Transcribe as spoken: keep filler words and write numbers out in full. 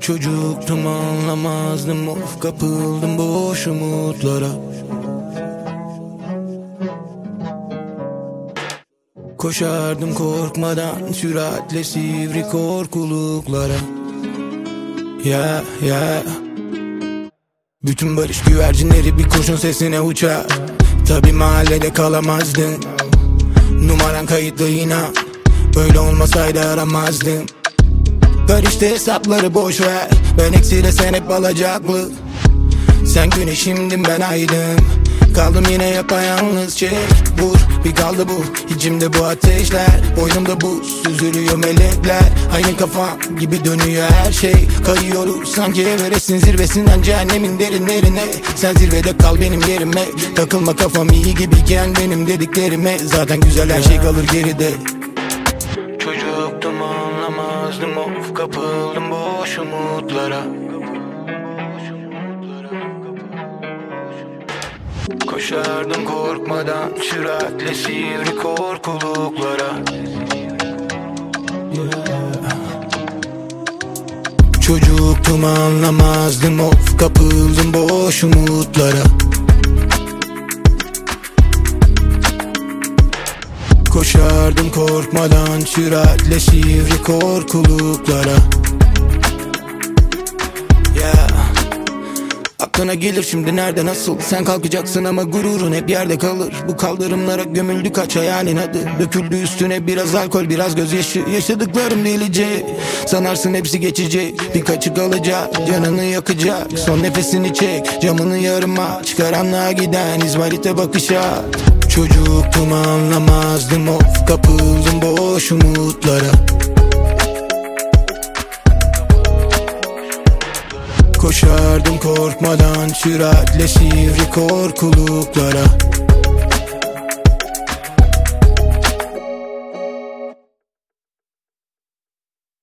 Çocuktum anlamazdım, of kapıldım boş umutlara. Koşardım korkmadan süratle sivri korkuluklara. Ya yeah, ya yeah. Bütün barış güvercinleri bir kurşun sesine uçar. Tabi mahallede kalamazdın, numaran kayıtlı inan. Böyle olmasaydı aramazdım. Karıştı hesapları boş ver, ben eksiyle sen hep alacaklı. Sen güneşimdin ben aydın, kaldım yine yapayalnız. Çek vur bir kaldı bu içimde bu ateşler. Boynumda buz süzülüyor melekler. Aynı kafam gibi dönüyor her şey. Kayıyoruz sanki Everest'in zirvesinden cehennemin derinlerine. Sen zirvede kal benim yerime, takılma kafam iyi gibiyken benim dediklerime. Zaten güzel her şey kalır geride. Çocuktum anlamazdım, of kapıldım boş umutlara. Koşardım korkmadan süratle sivri korkuluklara. Yeah. Çocuktum anlamazdım, of kapıldım boş umutlara. Koşardım korkmadan süratle sivri korkuluklara. Yeah. Aklına gelir şimdi nerede nasıl, sen kalkacaksın ama gururun hep yerde kalır. Bu kaldırımlara gömüldü kaç hayalin adı. Döküldü üstüne biraz alkol biraz gözyaşı. Yaşadıklarım delice, sanarsın hepsi geçecek. Birkaçı kalacak, canını yakacak. Son nefesini çek, camını yarım aç. Karanlığa giden izmarite bakışa. Çocuktum anlamazdım, of kapıldım boş umutlara. Koşardım korkmadan süratle sivri korkuluklara.